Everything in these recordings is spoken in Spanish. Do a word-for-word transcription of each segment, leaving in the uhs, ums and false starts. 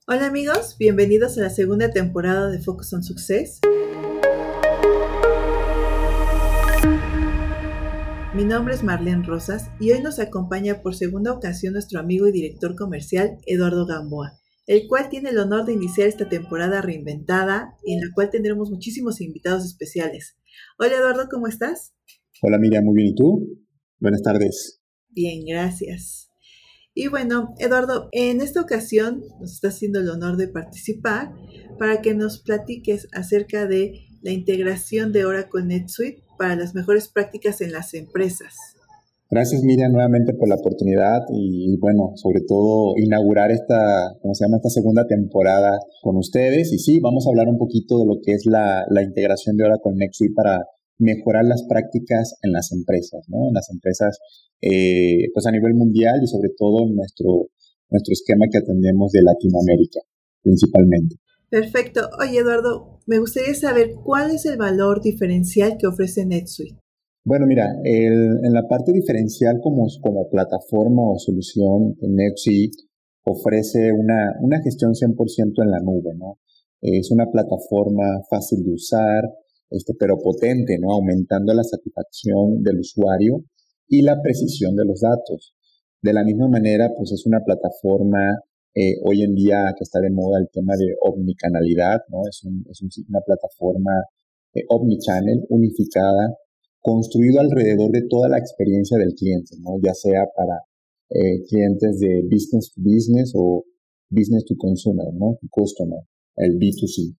Hola amigos, bienvenidos a la segunda temporada de Focus on Success. Mi nombre es Marlene Rosas y hoy nos acompaña por segunda ocasión nuestro amigo y director comercial Eduardo Gamboa, el cual tiene el honor de iniciar esta temporada reinventada y en la cual tendremos muchísimos invitados especiales. Hola Eduardo, ¿cómo estás? Hola Miriam, muy bien, ¿y tú? Buenas tardes. Bien, gracias. Y bueno, Eduardo, en esta ocasión nos está haciendo el honor de participar para que nos platiques acerca de la integración de Oracle NetSuite para las mejores prácticas en las empresas. Gracias Miriam nuevamente por la oportunidad y bueno, sobre todo inaugurar esta, ¿cómo se llama? Esta segunda temporada con ustedes. Y sí, vamos a hablar un poquito de lo que es la, la integración de Oracle NetSuite para mejorar las prácticas en las empresas, ¿no? En las empresas, eh, pues a nivel mundial y sobre todo en nuestro, nuestro esquema que atendemos de Latinoamérica, principalmente. Perfecto. Oye, Eduardo, me gustaría saber cuál es el valor diferencial que ofrece NetSuite. Bueno, mira, el, en la parte diferencial como, como plataforma o solución, NetSuite ofrece una, una gestión cien por ciento en la nube, ¿no? Es una plataforma fácil de usar, este, pero potente, ¿no? Aumentando la satisfacción del usuario y la precisión de los datos. De la misma manera, pues es una plataforma, eh, hoy en día que está de moda el tema de omnicanalidad, ¿no? Es, un, es un, una plataforma eh, omnichannel, unificada, construido alrededor de toda la experiencia del cliente, ¿no? Ya sea para eh, clientes de business to business o business to consumer, ¿no? Customer, el B dos C.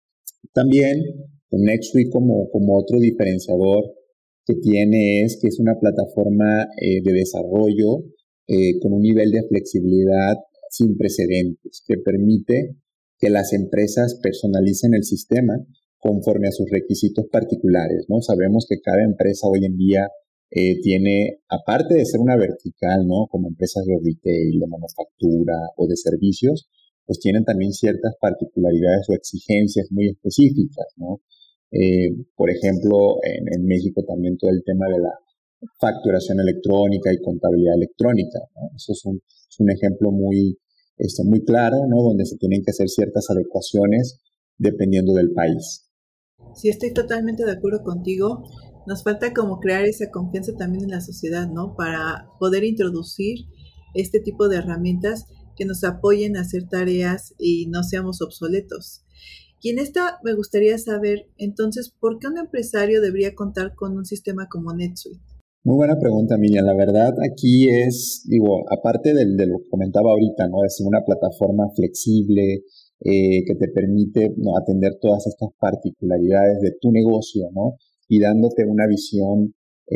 También NetSuite como, como otro diferenciador que tiene es que es una plataforma eh, de desarrollo eh, con un nivel de flexibilidad sin precedentes que permite que las empresas personalicen el sistema conforme a sus requisitos particulares, ¿no? Sabemos que cada empresa hoy en día eh, tiene, aparte de ser una vertical, ¿no? Como empresas de retail, de manufactura o de servicios, pues tienen también ciertas particularidades o exigencias muy específicas, ¿no? Eh, por ejemplo, en, en México también todo el tema de la facturación electrónica y contabilidad electrónica, ¿no? Eso es un, es un ejemplo muy, este, muy claro, ¿no? Donde se tienen que hacer ciertas adecuaciones dependiendo del país. Sí, estoy totalmente de acuerdo contigo. Nos falta como crear esa confianza también en la sociedad, ¿no? Para poder introducir este tipo de herramientas que nos apoyen a hacer tareas y no seamos obsoletos. Y en esta me gustaría saber, entonces, ¿por qué un empresario debería contar con un sistema como NetSuite? Muy buena pregunta, Miriam. La verdad, aquí es, digo, aparte de, de lo que comentaba ahorita, ¿no? Es una plataforma flexible, eh, que te permite, ¿no? Atender todas estas particularidades de tu negocio, ¿no? Y dándote una visión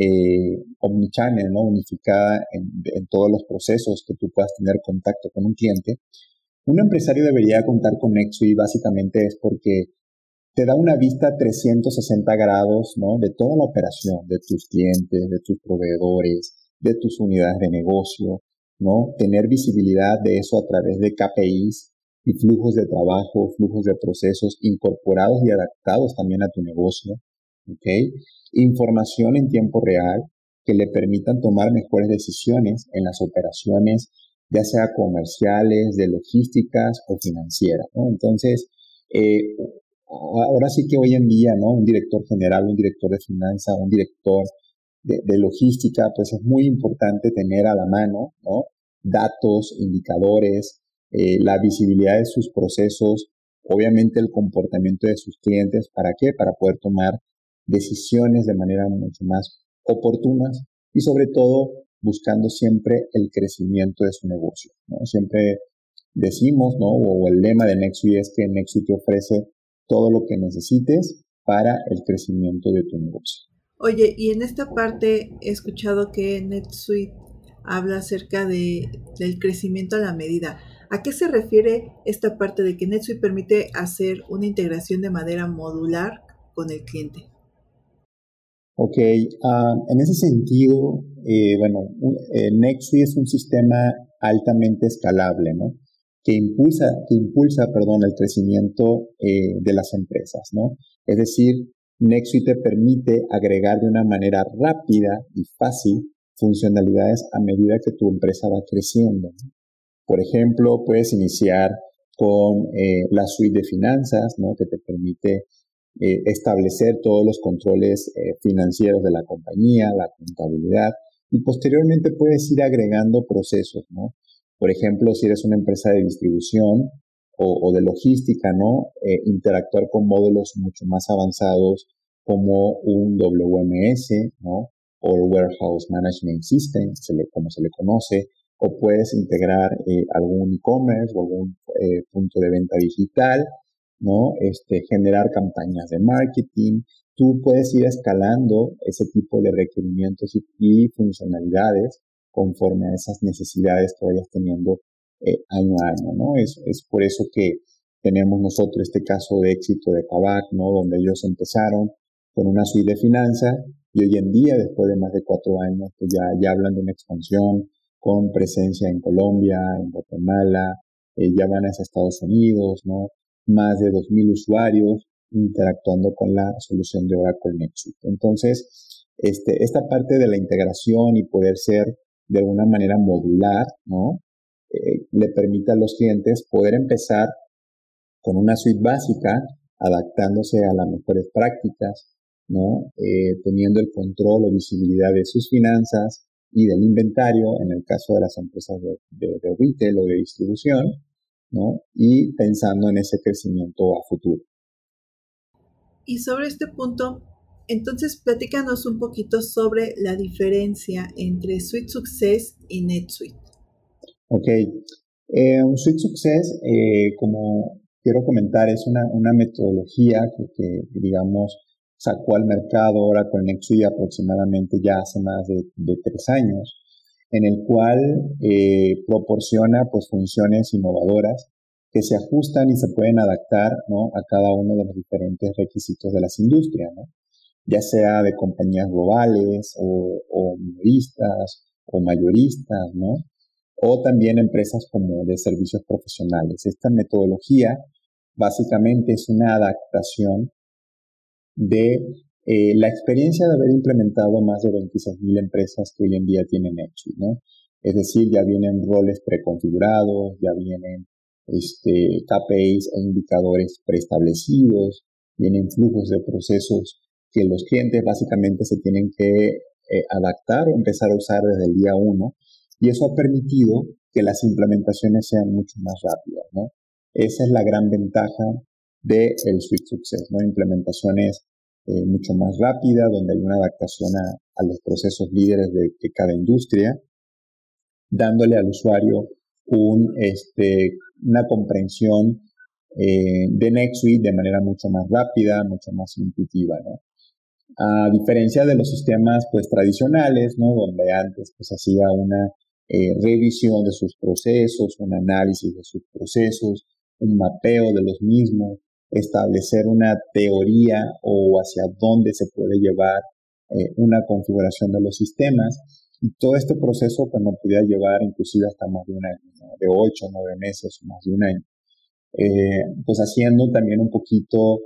eh, omnichannel, ¿no? Unificada en, en todos los procesos que tú puedas tener contacto con un cliente. Un empresario debería contar con NetSuite básicamente es porque te da una vista trescientos sesenta grados, ¿no? De toda la operación, de tus clientes, de tus proveedores, de tus unidades de negocio, ¿no? Tener visibilidad de eso a través de K P Is y flujos de trabajo, flujos de procesos incorporados y adaptados también a tu negocio, ¿ok? Información en tiempo real que le permitan tomar mejores decisiones en las operaciones, ya sea comerciales, de logísticas o financieras, ¿no? Entonces, eh, ahora sí que hoy en día, ¿no? Un director general, un director de finanzas, un director de, de logística, pues es muy importante tener a la mano, ¿no? Datos, indicadores, eh, la visibilidad de sus procesos, obviamente el comportamiento de sus clientes, ¿para qué? Para poder tomar decisiones de manera mucho más oportunas y sobre todo buscando siempre el crecimiento de su negocio, ¿no? Siempre decimos, ¿no? O, o el lema de NetSuite es que NetSuite te ofrece todo lo que necesites para el crecimiento de tu negocio. Oye, y en esta parte he escuchado que NetSuite habla acerca de, del crecimiento a la medida. ¿A qué se refiere esta parte de que NetSuite permite hacer una integración de manera modular con el cliente? Ok, uh, en ese sentido, eh, bueno, eh, NetSuite es un sistema altamente escalable, ¿no? Que impulsa, que impulsa, perdón, el crecimiento eh, de las empresas, ¿no? Es decir, NetSuite te permite agregar de una manera rápida y fácil funcionalidades a medida que tu empresa va creciendo, ¿no? Por ejemplo, puedes iniciar con eh, la suite de finanzas, ¿no? Que te permite eh, establecer todos los controles eh, financieros de la compañía, la contabilidad, y posteriormente puedes ir agregando procesos, ¿no? Por ejemplo, si eres una empresa de distribución o, o de logística, ¿no? Eh, interactuar con módulos mucho más avanzados como un W M S, ¿no? O Warehouse Management System, se le, como se le conoce, o puedes integrar eh, algún e-commerce o algún eh, punto de venta digital, ¿no? Este, generar campañas de marketing. Tú puedes ir escalando ese tipo de requerimientos y, y funcionalidades conforme a esas necesidades que vayas teniendo eh, año a año, ¿no? Es, es por eso que tenemos nosotros este caso de éxito de Kavak, ¿no? Donde ellos empezaron con una suite de finanzas y hoy en día, después de más de cuatro años, pues ya, ya hablan de una expansión con presencia en Colombia, en Guatemala, eh, ya van hacia Estados Unidos, ¿no? Más de dos mil usuarios interactuando con la solución de Oracle NetSuite. Entonces, este, esta parte de la integración y poder ser de alguna manera modular, ¿no? Eh, le permite a los clientes poder empezar con una suite básica, adaptándose a las mejores prácticas, ¿no? Eh, teniendo el control o visibilidad de sus finanzas y del inventario, en el caso de las empresas de, de, de retail o de distribución, ¿no? Y pensando en ese crecimiento a futuro. Y sobre este punto, entonces platícanos un poquito sobre la diferencia entre Suite Success y NetSuite. Ok, eh, un Suite Success, eh, como quiero comentar, es una, una metodología que, que, digamos, sacó al mercado ahora con NetSuite aproximadamente ya hace más de, de tres años, en el cual eh, proporciona pues funciones innovadoras que se ajustan y se pueden adaptar, ¿no? A cada uno de los diferentes requisitos de las industrias, ¿no? Ya sea de compañías globales o, o minoristas o mayoristas, ¿no? O también empresas como de servicios profesionales. Esta metodología básicamente es una adaptación de eh, la experiencia de haber implementado más de veintiséis mil empresas que hoy en día tienen NetSuite, ¿no? Es decir, ya vienen roles preconfigurados, ya vienen este, K P Is e indicadores preestablecidos, vienen flujos de procesos que los clientes básicamente se tienen que eh, adaptar o empezar a usar desde el día uno, y eso ha permitido que las implementaciones sean mucho más rápidas, ¿no? Esa es la gran ventaja del Suite Success, ¿no? Implementaciones eh, mucho más rápidas, donde hay una adaptación a, a los procesos líderes de, de cada industria, dándole al usuario un, este, una comprensión eh, de NetSuite de manera mucho más rápida, mucho más intuitiva, ¿no? A diferencia de los sistemas pues tradicionales, ¿no? Donde antes pues hacía una eh, revisión de sus procesos, un análisis de sus procesos, un mapeo de los mismos, establecer una teoría o hacia dónde se puede llevar eh, una configuración de los sistemas. Y todo este proceso pues nos podía llevar inclusive hasta más de un año, ¿no? De ocho, nueve meses o más de un año. Eh, pues haciendo también un poquito,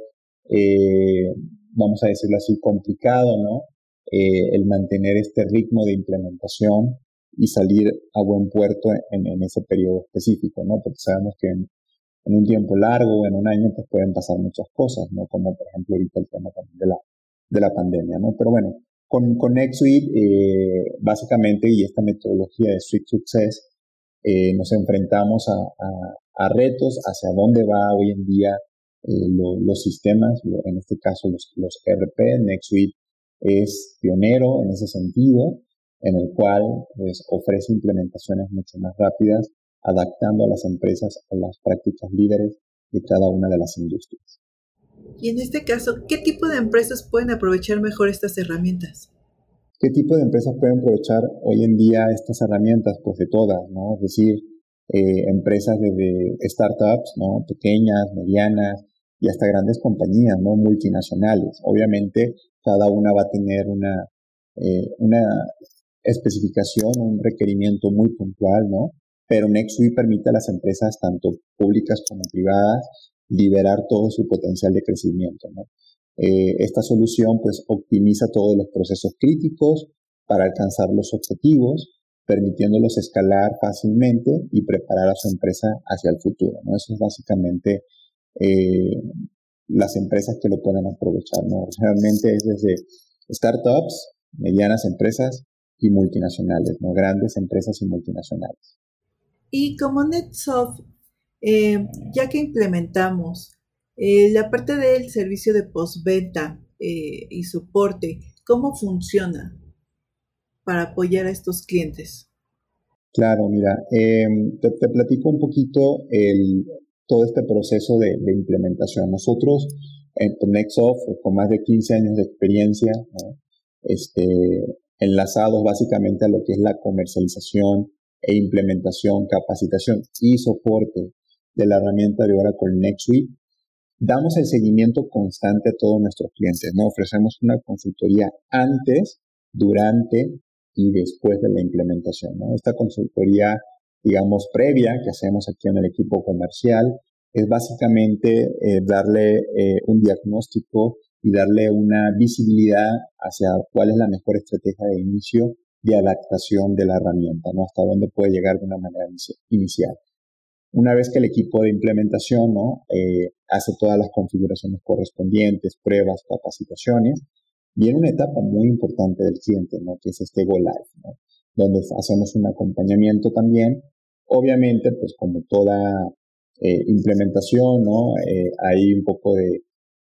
eh, vamos a decirlo así, complicado, ¿no? Eh, el mantener este ritmo de implementación y salir a buen puerto en, en ese periodo específico, ¿no? Porque sabemos que en, en un tiempo largo, en un año, pues pueden pasar muchas cosas, ¿no? Como por ejemplo ahorita el tema también de la, de la pandemia, ¿no? Pero bueno, con, con NetSuite, eh, básicamente, y esta metodología de Suite Success, eh, nos enfrentamos a, a, a retos hacia dónde va hoy en día eh, lo, los sistemas, lo, en este caso los, los E R P. NetSuite es pionero en ese sentido, en el cual pues, ofrece implementaciones mucho más rápidas, adaptando a las empresas a las prácticas líderes de cada una de las industrias. Y en este caso, ¿qué tipo de empresas pueden aprovechar mejor estas herramientas? ¿Qué tipo de empresas pueden aprovechar hoy en día estas herramientas? Pues de todas, ¿no? Es decir, eh, empresas desde startups, ¿no? Pequeñas, medianas y hasta grandes compañías, ¿no? Multinacionales. Obviamente, cada una va a tener una, eh, una especificación, un requerimiento muy puntual, ¿no? Pero NetSuite permite a las empresas, tanto públicas como privadas, liberar todo su potencial de crecimiento, ¿no? Eh, esta solución pues optimiza todos los procesos críticos para alcanzar los objetivos permitiéndolos escalar fácilmente y preparar a su empresa hacia el futuro, ¿no? Eso es básicamente eh, las empresas que lo pueden aprovechar, ¿no? Realmente es desde startups, medianas empresas y multinacionales, ¿no? Grandes empresas y multinacionales. Y como NetSoft, eh, ya que implementamos eh, la parte del servicio de postventa eh, y soporte, ¿cómo funciona para apoyar a estos clientes? Claro, mira, eh, te, te, platico un poquito el, todo este proceso de, de implementación. Nosotros en Nexoft, con más de quince años de experiencia, ¿no? este, enlazados básicamente a lo que es la comercialización e implementación, capacitación y soporte de la herramienta de Oracle NetSuite, damos el seguimiento constante a todos nuestros clientes, ¿no? Ofrecemos una consultoría antes, durante y después de la implementación, ¿no? Esta consultoría, digamos, previa que hacemos aquí en el equipo comercial es básicamente eh, darle eh, un diagnóstico y darle una visibilidad hacia cuál es la mejor estrategia de inicio de adaptación de la herramienta, ¿no? Hasta dónde puede llegar de una manera inicial. Una vez que el equipo de implementación, ¿no? eh, hace todas las configuraciones correspondientes, pruebas, capacitaciones, viene una etapa muy importante del cliente, ¿no? Que es este Go Live, ¿no? Donde hacemos un acompañamiento también. Obviamente, pues como toda eh, implementación, ¿no? Eh, hay un poco de,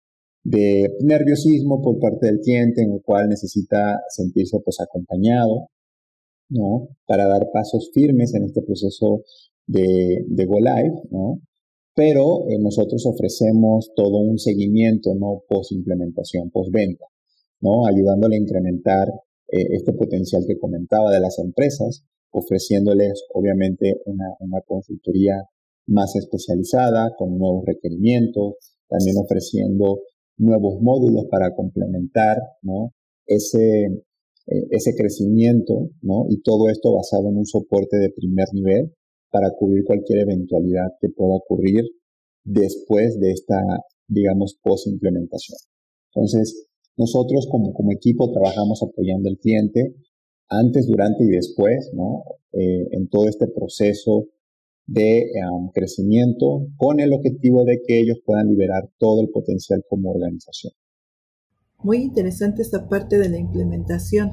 de nerviosismo por parte del cliente, en el cual necesita sentirse pues acompañado, ¿no? Para dar pasos firmes en este proceso de, de Go Live, ¿no? Pero eh, nosotros ofrecemos todo un seguimiento, ¿no? Post implementación, post venta, ¿no? Ayudándole a incrementar eh, este potencial que comentaba de las empresas, ofreciéndoles obviamente una, una consultoría más especializada, con nuevos requerimientos, también ofreciendo nuevos módulos para complementar, ¿no? ese, eh, ese crecimiento, ¿no? Y todo esto basado en un soporte de primer nivel para cubrir cualquier eventualidad que pueda ocurrir después de esta, digamos, post-implementación. Entonces, nosotros como, como equipo trabajamos apoyando al cliente antes, durante y después, ¿no? Eh, en todo este proceso de um, crecimiento con el objetivo de que ellos puedan liberar todo el potencial como organización. Muy interesante esta parte de la implementación.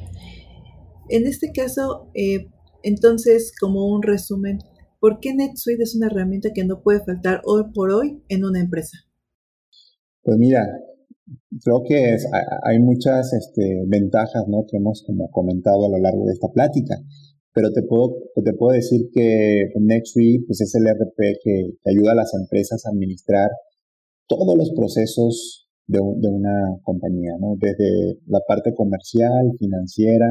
En este caso, eh, entonces, como un resumen, ¿por qué NetSuite es una herramienta que no puede faltar hoy por hoy en una empresa? Pues mira, creo que es, hay muchas este, ventajas, ¿no? Que hemos como comentado a lo largo de esta plática, pero te puedo, te puedo decir que NetSuite pues, es el E R P que, que ayuda a las empresas a administrar todos los procesos de, de una compañía, ¿no? Desde la parte comercial, financiera,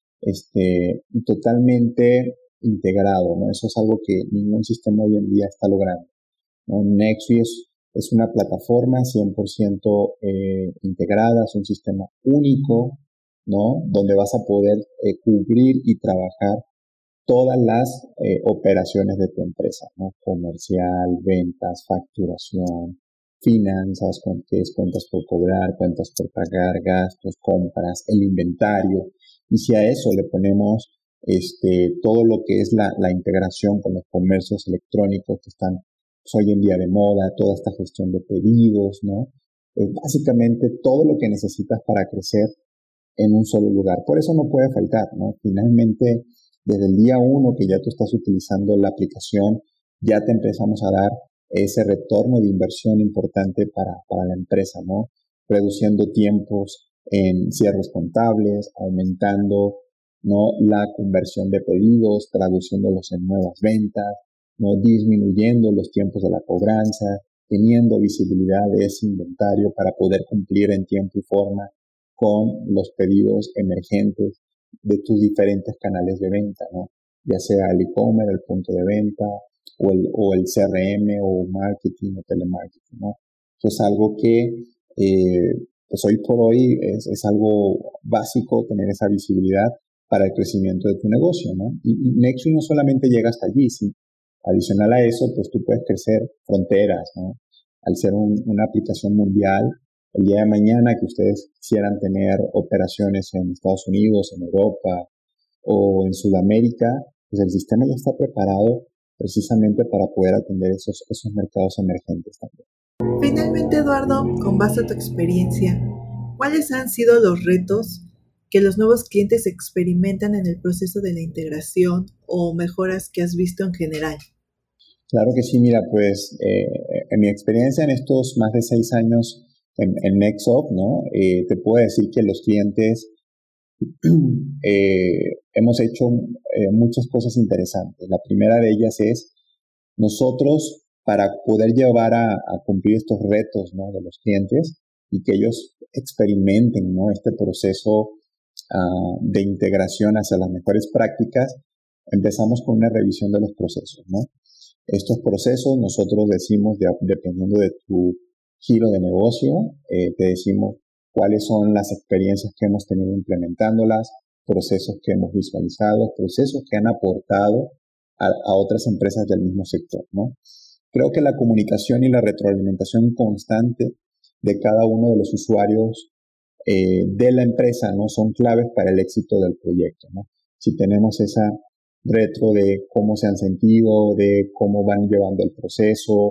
este, totalmente integrado, ¿no? Eso es algo que ningún sistema hoy en día está logrando, ¿no? NetSuite es, es una plataforma cien por ciento eh, integrada, es un sistema único, ¿no? Donde vas a poder eh, cubrir y trabajar todas las eh, operaciones de tu empresa, ¿no? Comercial, ventas, facturación, finanzas, cuentas, cuentas por cobrar, cuentas por pagar, gastos, compras, el inventario. Y si a eso le ponemos este, todo lo que es la, la integración con los comercios electrónicos que están pues, hoy en día de moda, toda esta gestión de pedidos, ¿no? Eh, básicamente todo lo que necesitas para crecer en un solo lugar. Por eso no puede faltar, ¿no? Finalmente, desde el día uno que ya tú estás utilizando la aplicación, ya te empezamos a dar ese retorno de inversión importante para, para la empresa, ¿no? Reduciendo tiempos en cierres contables, aumentando, ¿no? La conversión de pedidos, traduciéndolos en nuevas ventas, ¿no? Disminuyendo los tiempos de la cobranza, teniendo visibilidad de ese inventario para poder cumplir en tiempo y forma con los pedidos emergentes de tus diferentes canales de venta, ¿no? Ya sea el e-commerce, el punto de venta, o el, o el C R M, o marketing, o telemarketing, ¿no? Eso es algo que, eh, pues hoy por hoy es, es algo básico tener esa visibilidad para el crecimiento de tu negocio, ¿no? Y, y NetSuite no solamente llega hasta allí, ¿sí? Adicional a eso, pues tú puedes crecer fronteras, ¿no? Al ser un, una aplicación mundial, el día de mañana que ustedes quisieran tener operaciones en Estados Unidos, en Europa o en Sudamérica, pues el sistema ya está preparado precisamente para poder atender esos, esos mercados emergentes también. Finalmente, Eduardo, con base a tu experiencia, ¿cuáles han sido los retos que los nuevos clientes experimentan en el proceso de la integración o mejoras que has visto en general? Claro que sí, mira, pues eh, en mi experiencia en estos más de seis años en, en Nexop, ¿no? Eh, te puedo decir que los clientes eh, hemos hecho eh, muchas cosas interesantes. La primera de ellas es nosotros, para poder llevar a, a cumplir estos retos, ¿no?, de los clientes y que ellos experimenten, ¿no?, este proceso uh, de integración hacia las mejores prácticas, empezamos con una revisión de los procesos, ¿no? Estos procesos nosotros decimos, de, dependiendo de tu giro de negocio, eh, te decimos cuáles son las experiencias que hemos tenido implementándolas, procesos que hemos visualizado, procesos que han aportado a, a otras empresas del mismo sector, ¿no? Creo que la comunicación y la retroalimentación constante de cada uno de los usuarios eh, de la empresa, ¿no?, son claves para el éxito del proyecto, ¿no? Si tenemos esa retro de cómo se han sentido, de cómo van llevando el proceso,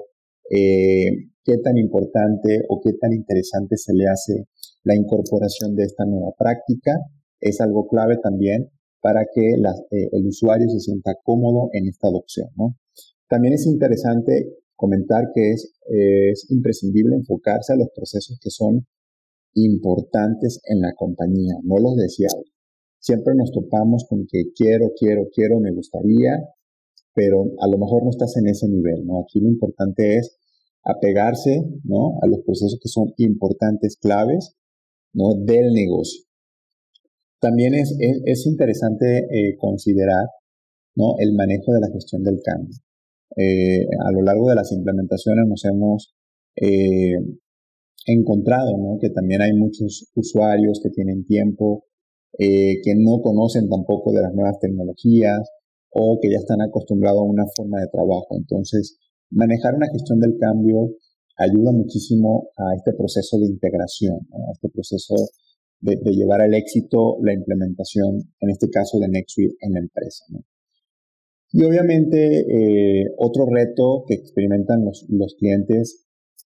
eh, qué tan importante o qué tan interesante se le hace la incorporación de esta nueva práctica, es algo clave también para que la, eh, el usuario se sienta cómodo en esta adopción, ¿no? También es interesante comentar que es, eh, es imprescindible enfocarse a los procesos que son importantes en la compañía, no los deseados. Siempre nos topamos con que quiero, quiero, quiero, me gustaría, pero a lo mejor no estás en ese nivel, ¿no? Aquí lo importante es apegarse, ¿no?, a los procesos que son importantes, claves, ¿no?, del negocio. También es, es, es interesante eh, considerar, ¿no?, el manejo de la gestión del cambio. Eh, a lo largo de las implementaciones nos hemos eh, encontrado, ¿no?, que también hay muchos usuarios que tienen tiempo, eh, que no conocen tampoco de las nuevas tecnologías o que ya están acostumbrados a una forma de trabajo. Entonces, manejar una gestión del cambio ayuda muchísimo a este proceso de integración, ¿no?, a este proceso de, de llevar al éxito la implementación, en este caso de NextSuite, en la empresa, ¿no? Y obviamente eh, otro reto que experimentan los, los clientes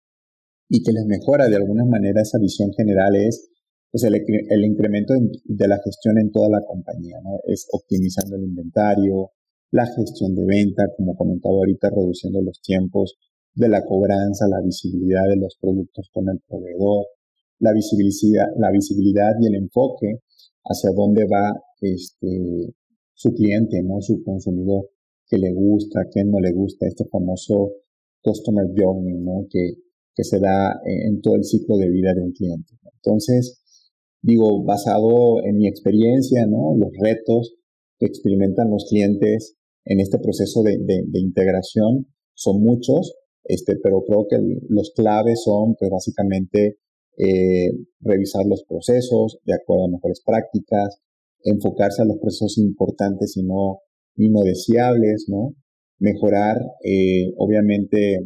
y que les mejora de alguna manera esa visión general es pues, el, el incremento de la gestión en toda la compañía, ¿no? Es optimizando el inventario, la gestión de venta, como comentaba ahorita, reduciendo los tiempos de la cobranza, la visibilidad de los productos con el proveedor, la visibilidad, la visibilidad y el enfoque hacia dónde va este su cliente, ¿no?, su consumidor, qué le gusta, qué no le gusta, este famoso customer journey, ¿no?, que, que se da en todo el ciclo de vida de un cliente. Entonces, digo, basado en mi experiencia, ¿no?, los retos que experimentan los clientes en este proceso de, de, de integración son muchos, este, pero creo que los claves son, pues, básicamente, eh, revisar los procesos de acuerdo a mejores prácticas, enfocarse a los procesos importantes y no, y no deseables, ¿no? Mejorar, eh, obviamente,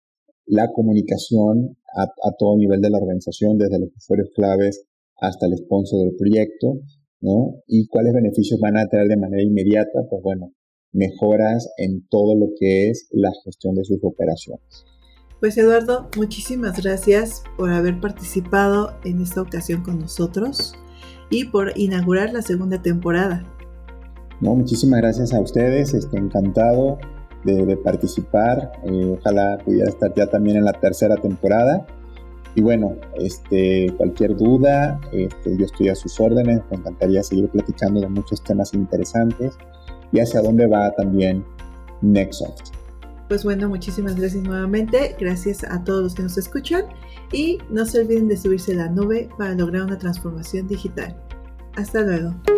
la comunicación a, a todo nivel de la organización, desde los usuarios claves hasta el sponsor del proyecto, ¿no? Y cuáles beneficios van a traer de manera inmediata, pues bueno, mejoras en todo lo que es la gestión de sus operaciones. Pues Eduardo, muchísimas gracias por haber participado en esta ocasión con nosotros y por inaugurar la segunda temporada. No, muchísimas gracias a ustedes, estoy encantado de, de participar, eh, ojalá pudiera estar ya también en la tercera temporada. Y bueno, este, cualquier duda, este, yo estoy a sus órdenes, me encantaría seguir platicando de muchos temas interesantes y hacia dónde va también Nexop. Pues bueno, muchísimas gracias nuevamente, gracias a todos los que nos escuchan y no se olviden de subirse a la nube para lograr una transformación digital. Hasta luego.